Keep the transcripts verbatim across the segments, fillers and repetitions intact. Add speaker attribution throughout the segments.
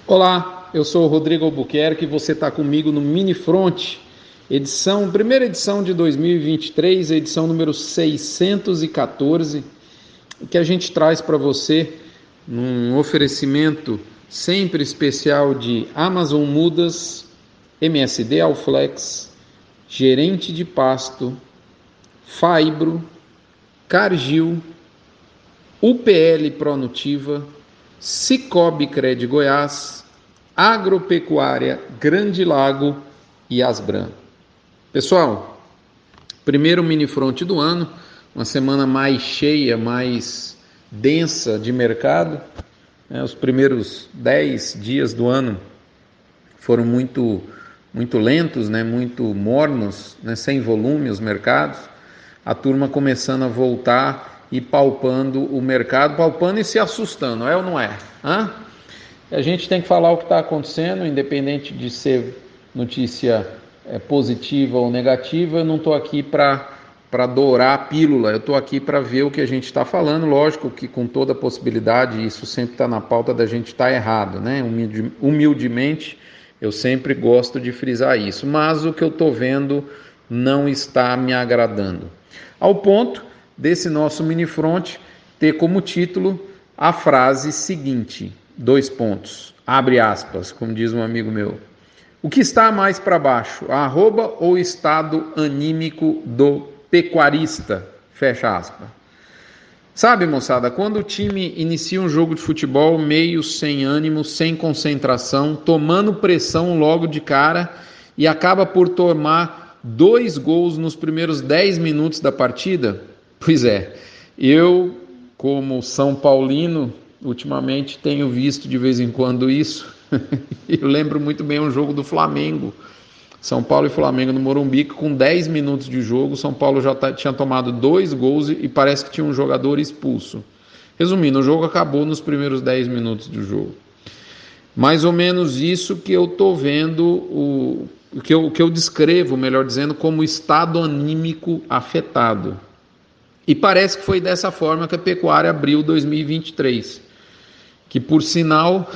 Speaker 1: Olá, eu sou o Rodrigo Albuquerque e você está comigo no Minifront, edição, primeira edição de dois mil e vinte e três, edição número seiscentos e quatorze, que a gente traz para você num oferecimento sempre especial de Amazon Mudas, M S D Alflex, Gerente de Pasto, Fibro, Cargill, U P L Pronutiva, Cicobi Cred Goiás, Agropecuária Grande Lago e Asbram. Pessoal, primeiro minifront do ano, uma semana mais cheia, mais densa de mercado. Né? Os primeiros dez dias do ano foram muito, muito lentos, né? Muito mornos, né? Sem volume os mercados. A turma começando a voltar e palpando o mercado, palpando e se assustando, é ou não é? Hã? A gente tem que falar o que está acontecendo, independente de ser notícia é, positiva ou negativa. Eu não estou aqui para para dourar a pílula, eu estou aqui para ver o que a gente está falando. Lógico que com toda a possibilidade, isso sempre está na pauta da gente estar tá errado, né? Humilde, humildemente, eu sempre gosto de frisar isso, mas o que eu estou vendo não está me agradando. Ao ponto desse nosso minifront ter como título a frase seguinte, dois pontos, abre aspas, como diz um amigo meu. O que está mais para baixo, a arroba ou o estado anímico do pecuarista? Fecha aspas. Sabe, moçada, quando o time inicia um jogo de futebol meio sem ânimo, sem concentração, tomando pressão logo de cara e acaba por tomar dois gols nos primeiros dez minutos da partida? Pois é, eu, como São Paulino, ultimamente tenho visto de vez em quando isso. Eu lembro muito bem um jogo do Flamengo, São Paulo e Flamengo no Morumbi, que com dez minutos de jogo, São Paulo já tá, tinha tomado dois gols e parece que tinha um jogador expulso. Resumindo, o jogo acabou nos primeiros dez minutos do jogo. Mais ou menos isso que eu estou vendo, o, o, que eu, o que eu descrevo, melhor dizendo, como estado anímico afetado. E parece que foi dessa forma que a pecuária abriu dois mil e vinte e três, que por sinal,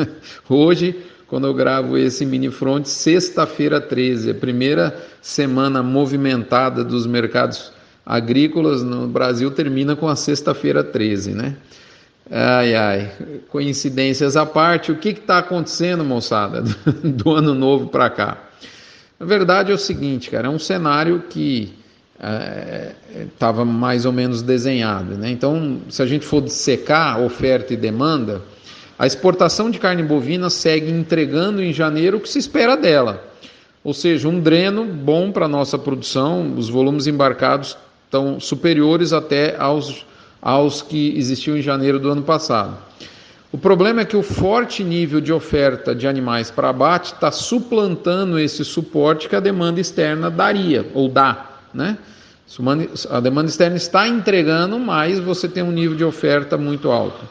Speaker 1: hoje, quando eu gravo esse minifront, sexta-feira treze, a primeira semana movimentada dos mercados agrícolas no Brasil termina com a sexta-feira treze, né? Ai, ai, coincidências à parte, o que está acontecendo, moçada, do ano novo para cá? Na verdade é o seguinte, cara, é um cenário que estava é, mais ou menos desenhado, né? Então, se a gente for dissecar oferta e demanda, a exportação de carne bovina segue entregando em janeiro o que se espera dela, ou seja, um dreno bom para a nossa produção. Os volumes embarcados estão superiores até aos, aos que existiam em janeiro do ano passado. O problema é que o forte nível de oferta de animais para abate está suplantando esse suporte que a demanda externa daria, ou dá, né? A demanda externa está entregando, mas você tem um nível de oferta muito alto.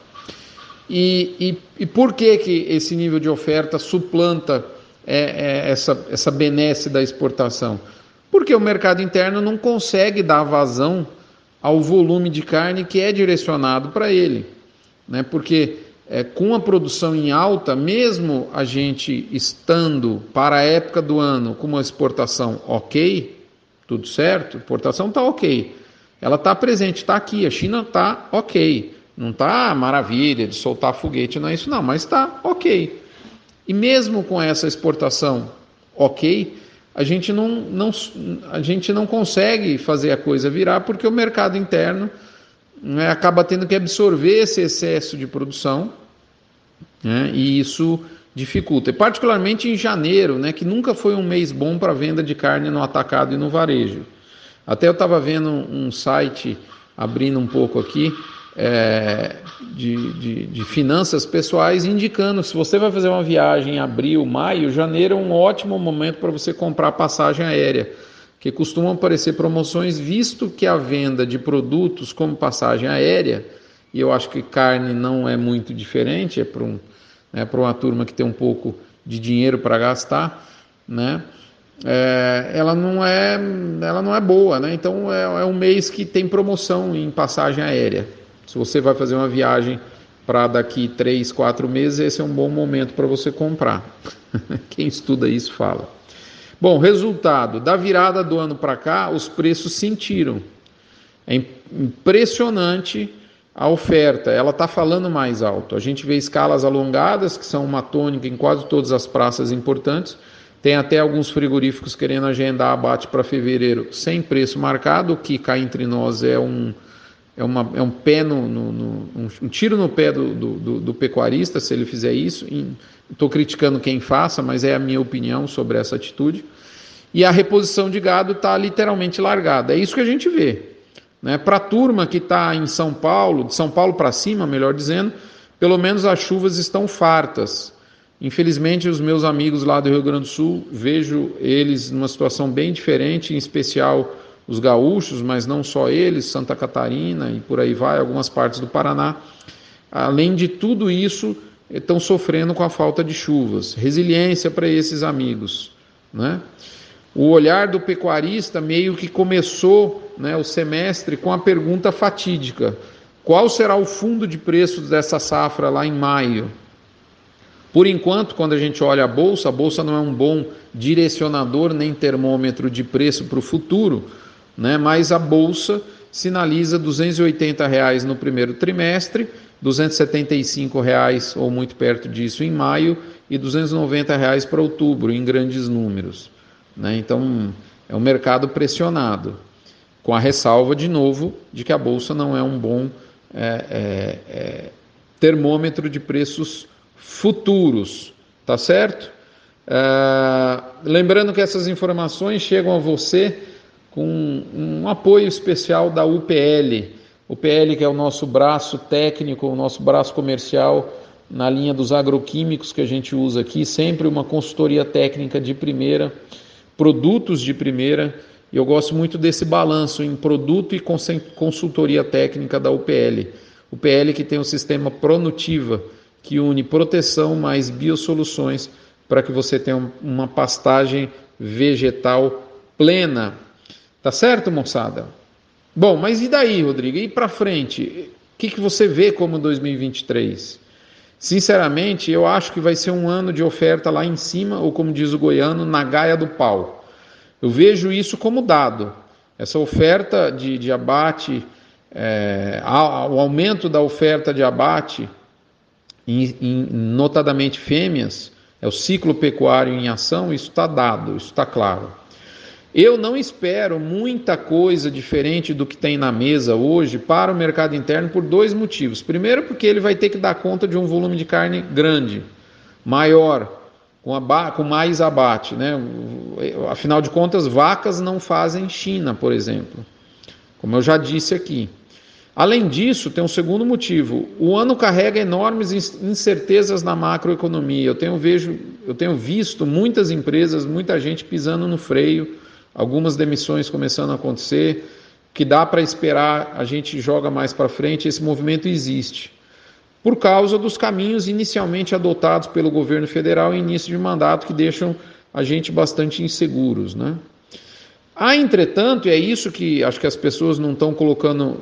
Speaker 1: E, e, e por que, que esse nível de oferta suplanta é, é, essa, essa benesse da exportação? Porque o mercado interno não consegue dar vazão ao volume de carne que é direcionado para ele, né? Porque é, com a produção em alta, mesmo a gente estando para a época do ano com uma exportação ok, tudo certo, a exportação está ok, ela está presente, está aqui, a China está ok, não está maravilha de soltar foguete, não é isso não, mas está ok. E mesmo com essa exportação ok, a gente não, não, a gente não consegue fazer a coisa virar, porque o mercado interno, né, acaba tendo que absorver esse excesso de produção, né, e isso dificulta, e particularmente em janeiro, né, que nunca foi um mês bom para venda de carne no atacado e no varejo. Até eu estava vendo um site, abrindo um pouco aqui, é, de, de, de finanças pessoais, indicando, se você vai fazer uma viagem em abril, maio, janeiro é um ótimo momento para você comprar passagem aérea, que costumam aparecer promoções, visto que a venda de produtos como passagem aérea, e eu acho que carne não é muito diferente, é para um né, para uma turma que tem um pouco de dinheiro para gastar, né, é, ela, não é, ela não é boa, né, então é, é um mês que tem promoção em passagem aérea. Se você vai fazer uma viagem para daqui três, quatro meses, esse é um bom momento para você comprar. Quem estuda isso fala. Bom, resultado, da virada do ano para cá, os preços sentiram. É impressionante a oferta, ela está falando mais alto. A gente vê escalas alongadas, que são uma tônica em quase todas as praças importantes. Tem até alguns frigoríficos querendo agendar abate para fevereiro sem preço marcado, o que cá entre nós é um, é uma, é um, pé no, no, no, um, um tiro no pé do, do, do pecuarista, se ele fizer isso. Estou criticando quem faça, mas é a minha opinião sobre essa atitude. E a reposição de gado está literalmente largada. É isso que a gente vê. Né? Para a turma que está em São Paulo, de São Paulo para cima, melhor dizendo, pelo menos as chuvas estão fartas. Infelizmente, os meus amigos lá do Rio Grande do Sul, vejo eles numa situação bem diferente, em especial os gaúchos, mas não só eles, Santa Catarina e por aí vai, algumas partes do Paraná. Além de tudo isso, estão sofrendo com a falta de chuvas. Resiliência para esses amigos, né? O olhar do pecuarista meio que começou, né, o semestre com a pergunta fatídica: qual será o fundo de preços dessa safra lá em maio? Por enquanto, quando a gente olha a Bolsa, a Bolsa não é um bom direcionador nem termômetro de preço para o futuro, né? Mas a Bolsa sinaliza duzentos e oitenta reais no primeiro trimestre, duzentos e setenta e cinco reais ou muito perto disso em maio e duzentos e noventa reais para outubro, em grandes números. Né? Então, é um mercado pressionado, com a ressalva, de novo, de que a Bolsa não é um bom é, é, é, termômetro de preços futuros, tá certo? Uh, lembrando que essas informações chegam a você com um apoio especial da U P L, U P L que é o nosso braço técnico, o nosso braço comercial na linha dos agroquímicos que a gente usa aqui, sempre uma consultoria técnica de primeira, produtos de primeira, e eu gosto muito desse balanço em produto e consultoria técnica da U P L. U P L que tem o sistema Pronutiva, que une proteção mais biosoluções para que você tenha uma pastagem vegetal plena. Tá certo, moçada? Bom, mas e daí, Rodrigo? E para frente? O que, que você vê como dois mil e vinte e três? Sinceramente, eu acho que vai ser um ano de oferta lá em cima, ou como diz o goiano, na gaia do pau. Eu vejo isso como dado. Essa oferta de, de abate, é, o aumento da oferta de abate, Em, em, notadamente fêmeas, é o ciclo pecuário em ação, isso está dado, isso está claro. Eu não espero muita coisa diferente do que tem na mesa hoje para o mercado interno por dois motivos. Primeiro, porque ele vai ter que dar conta de um volume de carne grande, maior, com, aba- com mais abate, né? Afinal de contas, vacas não fazem China, por exemplo, como eu já disse aqui. Além disso, tem um segundo motivo. O ano carrega enormes incertezas na macroeconomia. Eu tenho, vejo, eu tenho visto muitas empresas, muita gente pisando no freio, algumas demissões começando a acontecer, que dá para esperar, a gente joga mais para frente, esse movimento existe. Por causa dos caminhos inicialmente adotados pelo governo federal em início de mandato, que deixam a gente bastante inseguros, né? Há, entretanto, e é isso que acho que as pessoas não estão colocando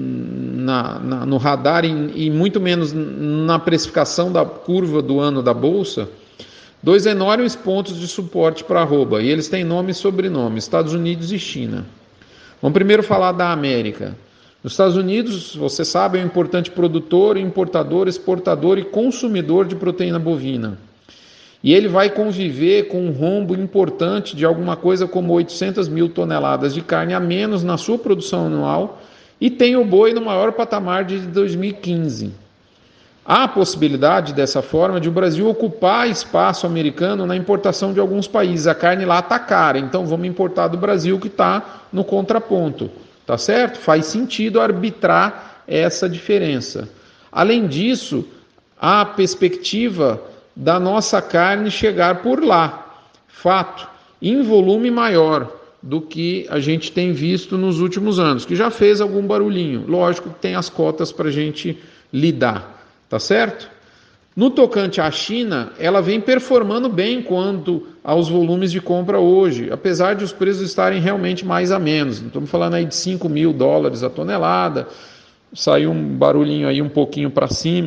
Speaker 1: na, na, no radar e, e muito menos na precificação da curva do ano da Bolsa, dois enormes pontos de suporte para a arroba, e eles têm nome e sobrenome, Estados Unidos e China. Vamos primeiro falar da América. Nos Estados Unidos, você sabe, é um importante produtor, importador, exportador e consumidor de proteína bovina. E ele vai conviver com um rombo importante de alguma coisa como oitocentas mil toneladas de carne a menos na sua produção anual, e tem o boi no maior patamar de dois mil e quinze. Há a possibilidade, dessa forma, de o Brasil ocupar espaço americano na importação de alguns países. A carne lá está cara, então vamos importar do Brasil, que está no contraponto. Tá certo? Faz sentido arbitrar essa diferença. Além disso, há a perspectiva da nossa carne chegar por lá, fato, em volume maior do que a gente tem visto nos últimos anos, que já fez algum barulhinho. Lógico que tem as cotas para a gente lidar, tá certo? No tocante à China, ela vem performando bem quanto aos volumes de compra hoje, apesar de os preços estarem realmente mais a menos. Estamos falando aí de cinco mil dólares a tonelada, saiu um barulhinho aí um pouquinho para cima,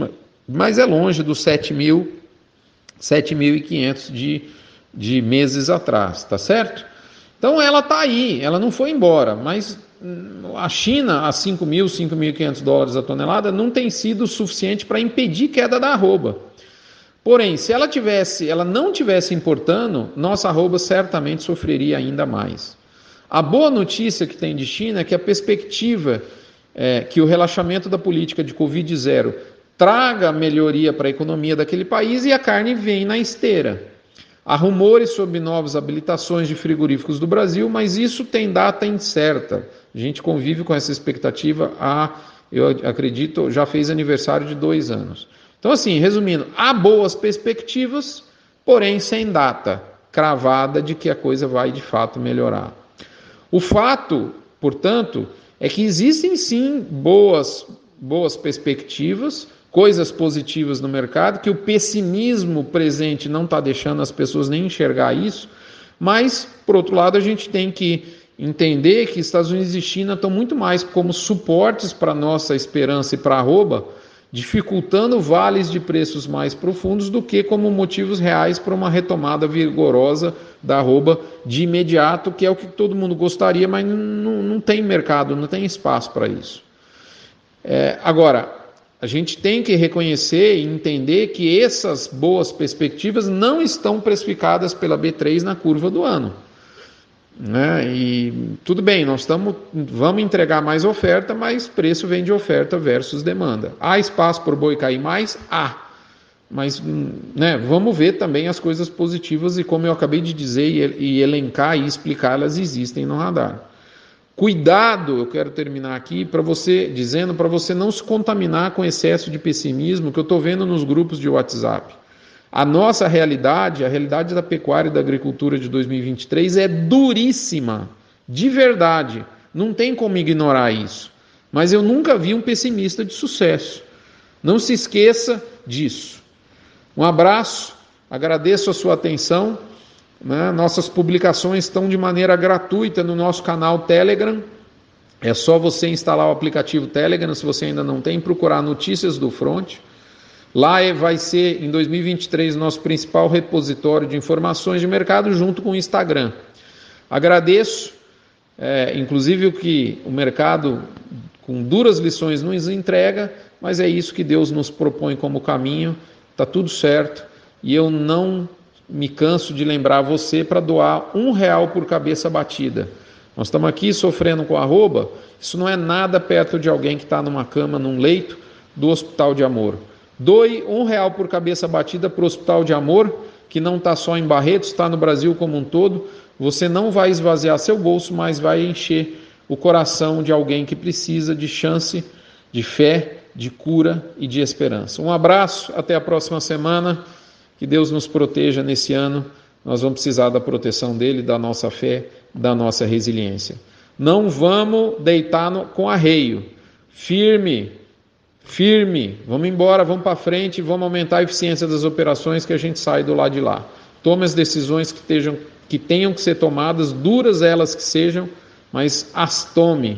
Speaker 1: mas é longe dos sete mil, sete mil e quinhentos de, de meses atrás, tá certo? Então ela está aí, ela não foi embora, mas a China a cinco mil, cinco mil e quinhentos dólares a tonelada não tem sido suficiente para impedir queda da arroba. Porém, se ela tivesse, ela não tivesse importando, nossa arroba certamente sofreria ainda mais. A boa notícia que tem de China é que a perspectiva é que o relaxamento da política de Covid zero traga melhoria para a economia daquele país e a carne vem na esteira. Há rumores sobre novas habilitações de frigoríficos do Brasil, mas isso tem data incerta. A gente convive com essa expectativa há, eu acredito, já fez aniversário de dois anos. Então, assim, resumindo, há boas perspectivas, porém sem data cravada de que a coisa vai de fato melhorar. O fato, portanto, é que existem sim boas, boas perspectivas, coisas positivas no mercado, que o pessimismo presente não está deixando as pessoas nem enxergar isso, mas, por outro lado, a gente tem que entender que Estados Unidos e China estão muito mais como suportes para a nossa esperança e para a arroba, dificultando vales de preços mais profundos do que como motivos reais para uma retomada vigorosa da arroba de imediato, que é o que todo mundo gostaria, mas não, não tem mercado, não tem espaço para isso. É, agora, a gente tem que reconhecer e entender que essas boas perspectivas não estão precificadas pela B três na curva do ano. Né? E tudo bem, nós estamos, vamos entregar mais oferta, mas preço vem de oferta versus demanda. Há espaço para o boi cair mais? Há. Mas né, vamos ver também as coisas positivas e, como eu acabei de dizer e, e elencar e explicar, elas existem no radar. Cuidado, eu quero terminar aqui para você dizendo para você não se contaminar com excesso de pessimismo que eu estou vendo nos grupos de WhatsApp. A nossa realidade, a realidade da pecuária e da agricultura de dois mil e vinte e três é duríssima, de verdade, não tem como ignorar isso. Mas eu nunca vi um pessimista de sucesso. Não se esqueça disso. Um abraço, agradeço a sua atenção. Né? Nossas publicações estão de maneira gratuita no nosso canal Telegram. É só você instalar o aplicativo Telegram, se você ainda não tem, procurar Notícias do Fronte. Lá vai ser, em dois mil e vinte e três, nosso principal repositório de informações de mercado, junto com o Instagram. Agradeço, é, inclusive, o que o mercado, com duras lições, nos entrega, mas é isso que Deus nos propõe como caminho, está tudo certo, e eu não me canso de lembrar você para doar um real por cabeça batida. Nós estamos aqui sofrendo com arroba, isso não é nada perto de alguém que está numa cama, num leito do Hospital de Amor. Doe um real por cabeça batida para o Hospital de Amor, que não está só em Barretos, está no Brasil como um todo. Você não vai esvaziar seu bolso, mas vai encher o coração de alguém que precisa de chance, de fé, de cura e de esperança. Um abraço, até a próxima semana. Que Deus nos proteja nesse ano. Nós vamos precisar da proteção dele, da nossa fé, da nossa resiliência. Não vamos deitar no, com arreio. Firme. Firme, vamos embora, vamos para frente, vamos aumentar a eficiência das operações que a gente sai do lado de lá. Tome as decisões que, estejam, que tenham que ser tomadas, duras elas que sejam, mas as tome.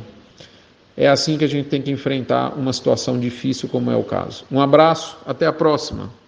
Speaker 1: É assim que a gente tem que enfrentar uma situação difícil como é o caso. Um abraço, até a próxima.